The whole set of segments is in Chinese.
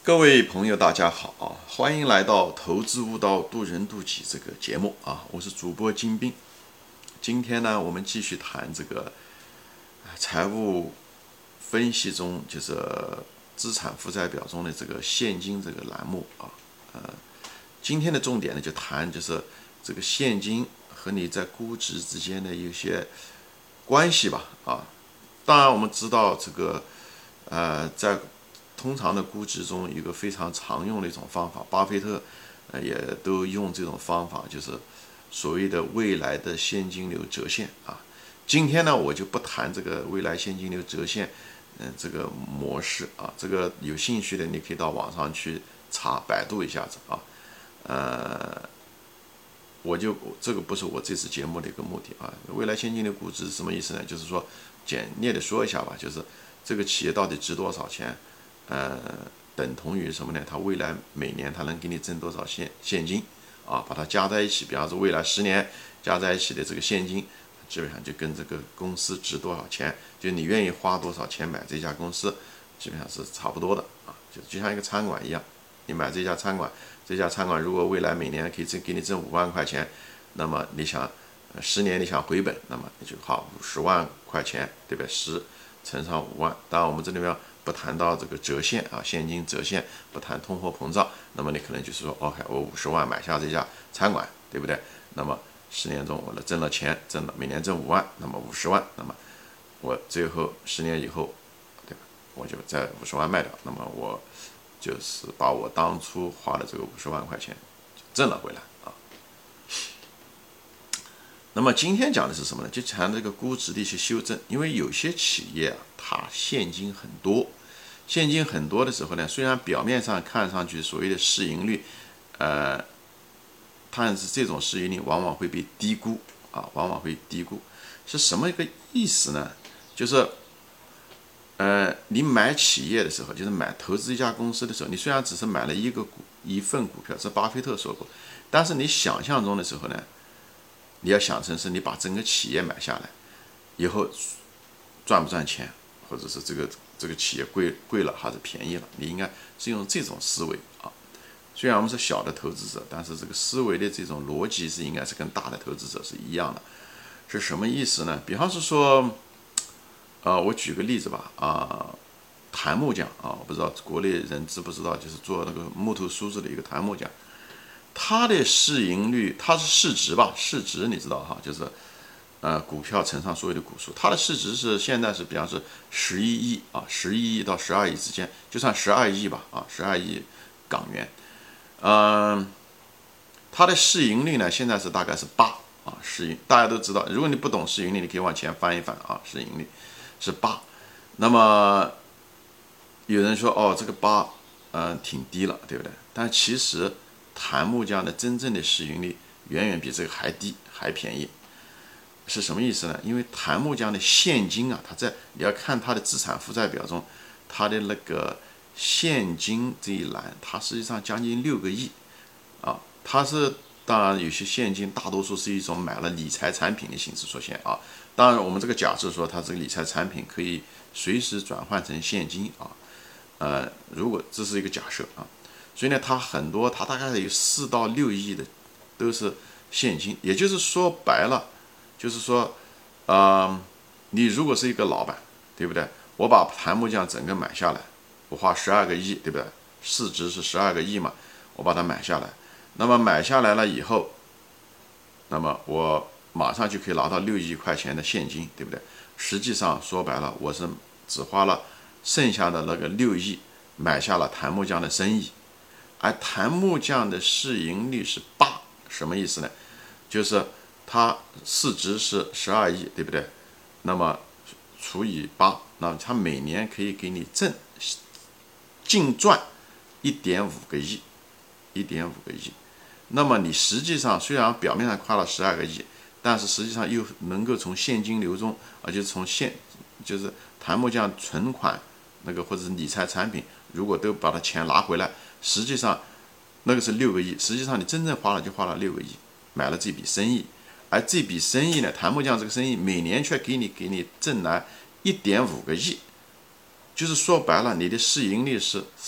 各位朋友，大家好啊！欢迎来到投资悟道渡人渡己这个节目啊！我是主播金兵。今天呢，我们继续谈这个财务分析中，就是资产负债表中的这个现金这个栏目啊。今天的重点呢，就谈就是这个现金和你在估值之间的一些关系吧啊。当然，我们知道这个在通常的估值中，一个非常常用的一种方法，巴菲特也都用这种方法，就是所谓的未来的现金流折现啊。今天呢，我就不谈这个未来现金流折现，这个模式啊，这个有兴趣的你可以到网上去查，百度一下子啊。这个不是我这次节目的一个目的啊。未来现金流估值是什么意思呢？就是说简略的说一下吧，就是这个企业到底值多少钱。等同于什么呢？它未来每年它能给你挣多少现金啊？把它加在一起，比方说未来10年加在一起的这个现金，基本上就跟这个公司值多少钱，就你愿意花多少钱买这家公司，基本上是差不多的啊。就像一个餐馆一样，你买这家餐馆，如果未来每年可以给你挣5万块钱，那么你想10年你想回本，那么你就好50万块钱，对不对？10乘上5万，当然我们这里面不谈到这个折现啊，现金折现，不谈通货膨胀，那么你可能就是说 ，OK， 我50万买下这家餐馆，对不对？那么10年中我挣了钱，每年挣5万，那么50万，那么我最后10年以后，对吧？我就在50万卖掉，那么我就是把我当初花的这个50万块钱挣了回来啊。那么今天讲的是什么呢？就谈这个估值的一些修正，因为有些企业啊，它现金很多的时候呢，虽然表面上看上去所谓的市盈率，但是这种市盈率往往会被低估啊，是什么一个意思呢？就是你买企业的时候，就是投资一家公司的时候，你虽然只是买了一份股票，是巴菲特说过，但是你想象中的时候呢，你要想成是你把整个企业买下来以后赚不赚钱，或者是这个企业贵了还是便宜了，你应该是用这种思维啊。虽然我们是小的投资者，但是这个思维的这种逻辑是应该是跟大的投资者是一样的。是什么意思呢？比方是说，我举个例子吧檀木匠啊，我不知道国内人知不知道，就是做那个木头梳子的一个檀木匠，它的市盈率，它是市值吧？市值你知道哈，就是股票乘上所有的股数，它的市值现在是比方是11亿啊，11亿到12亿之间，就算12亿吧啊，12亿港元。它的市盈率呢，现在是大概是8啊，大家都知道，如果你不懂市盈率，你可以往前翻一翻啊，市盈率是8。那么有人说哦，这个8挺低了，对不对？但其实檀木匠的真正的市盈率远远比这个还低，还便宜。是什么意思呢？因为檀木匠的现金啊，你要看他的资产负债表中，他的那个现金这一栏，它实际上将近6个亿啊。当然有些现金，大多数是一种买了理财产品的形式出现啊。当然，我们这个假设说，它这个理财产品可以随时转换成现金啊。如果这是一个假设啊，所以呢，它大概有4到6亿的都是现金，也就是说白了。就是说，你如果是一个老板，对不对？我把檀木匠整个买下来，我花12个亿，对不对？市值是12个亿嘛，我把它买下来。那么买下来了以后，那么我马上就可以拿到6亿块钱的现金，对不对？实际上说白了，我是只花了剩下的那个6亿买下了檀木匠的生意，而檀木匠的市盈率是8，什么意思呢？就是它市值是12亿，对不对？那么除以8，那它每年可以给你净赚1.5个亿，1.5个亿。那么你实际上虽然表面上花了12个亿，但是实际上又能够从现金流中，就是檀木匠存款那个或者是理财产品，如果都把它钱拿回来，实际上那个是6个亿，实际上你真正花了6个亿，买了这笔生意。而这笔生意呢，檀木匠这个生意每年却给你挣来1.5个亿，就是说白了，你的市盈率是4，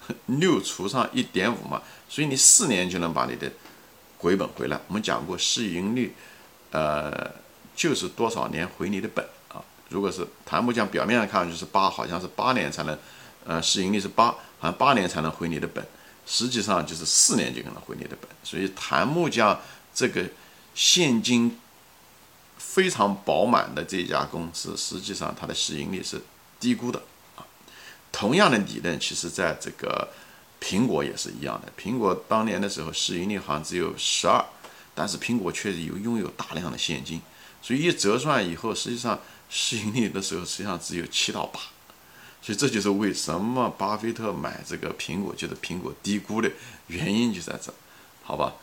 6除上1.5嘛，所以你4年就能把你的回本回来。我们讲过市盈率，就是多少年回你的本啊。如果是檀木匠表面上看就是8，好像是8年才能，市盈率是8，好像8年才能回你的本，实际上就是4年就可能回你的本。所以檀木匠这个现金非常饱满的这家公司，实际上它的市盈率是低估的啊。同样的理论，其实在这个苹果也是一样的。苹果当年的时候市盈率好像只有12，但是苹果确实拥有大量的现金，所以一折算以后，实际上市盈率的时候实际上只有7到8。所以这就是为什么巴菲特买这个苹果，觉得苹果低估的原因就在这，好吧？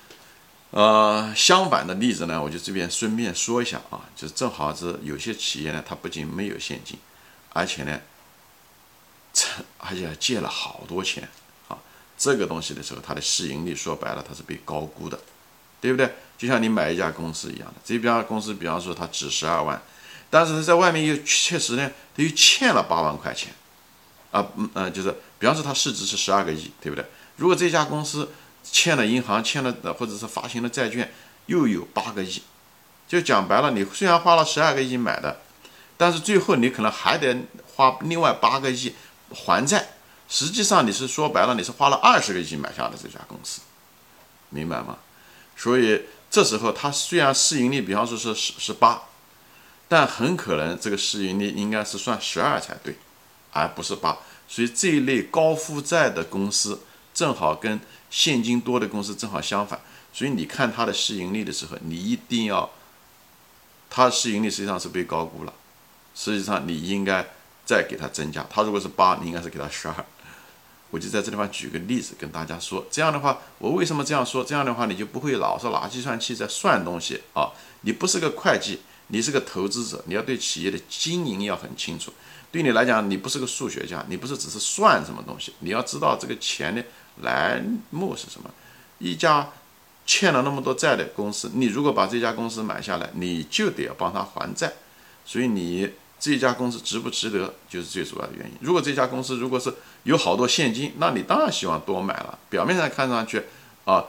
相反的例子呢，我就这边顺便说一下啊，就是正好是有些企业呢，它不仅没有现金，而且呢，而且还借了好多钱啊。这个东西的时候，它的市盈率说白了，它是被高估的，对不对？就像你买一家公司一样的，这家公司比方说它值12万，但是它在外面又确实呢，它又欠了8万块钱就是比方说它市值是12个亿，对不对？如果这家公司欠了银行，欠了或者是发行了债券，又有8个亿，就讲白了，你虽然花了12个亿买的，但是最后你可能还得花另外8个亿还债。实际上你是说白了，你是花了20个亿买下的这家公司，明白吗？所以这时候它虽然市盈率比方说是8，但很可能这个市盈率应该是算12才对，而不是8。所以这一类高负债的公司正好跟现金多的公司正好相反，所以你看它的市盈率的时候，你一定要，它的市盈率实际上是被高估了，实际上你应该再给它增加。它如果是8，你应该是给它12。我就在这地方举个例子跟大家说，这样的话，我为什么这样说？这样的话，你就不会老是拿计算器在算东西啊。你不是个会计，你是个投资者，你要对企业的经营要很清楚。对你来讲，你不是个数学家，你不是只是算什么东西，你要知道这个钱的来目是什么。一家欠了那么多债的公司，你如果把这家公司买下来，你就得要帮他还债，所以你这家公司值不值得，就是最主要的原因。如果这家公司如果是有好多现金，那你当然希望多买了。表面上看上去啊，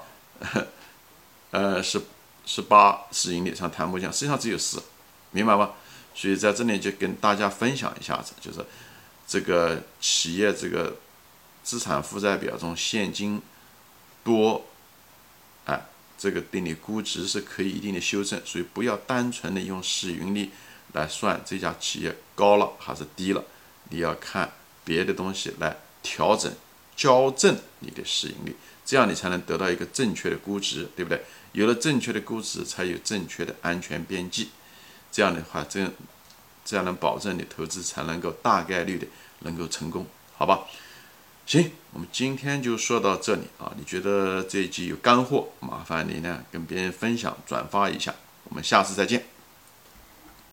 是8市盈率，像檀木匠，实际上只有4，明白吗？所以在这里就跟大家分享一下子，就是这个企业这个资产负债表中现金多，这个对你估值是可以一定的修正，所以不要单纯的用市盈率来算这家企业高了还是低了，你要看别的东西来调整、校正你的市盈率，这样你才能得到一个正确的估值，对不对？有了正确的估值，才有正确的安全边际。这样的话，这样能保证你投资才能够大概率的能够成功，好吧？行，我们今天就说到这里啊。你觉得这一集有干货，麻烦你呢跟别人分享、转发一下。我们下次再见。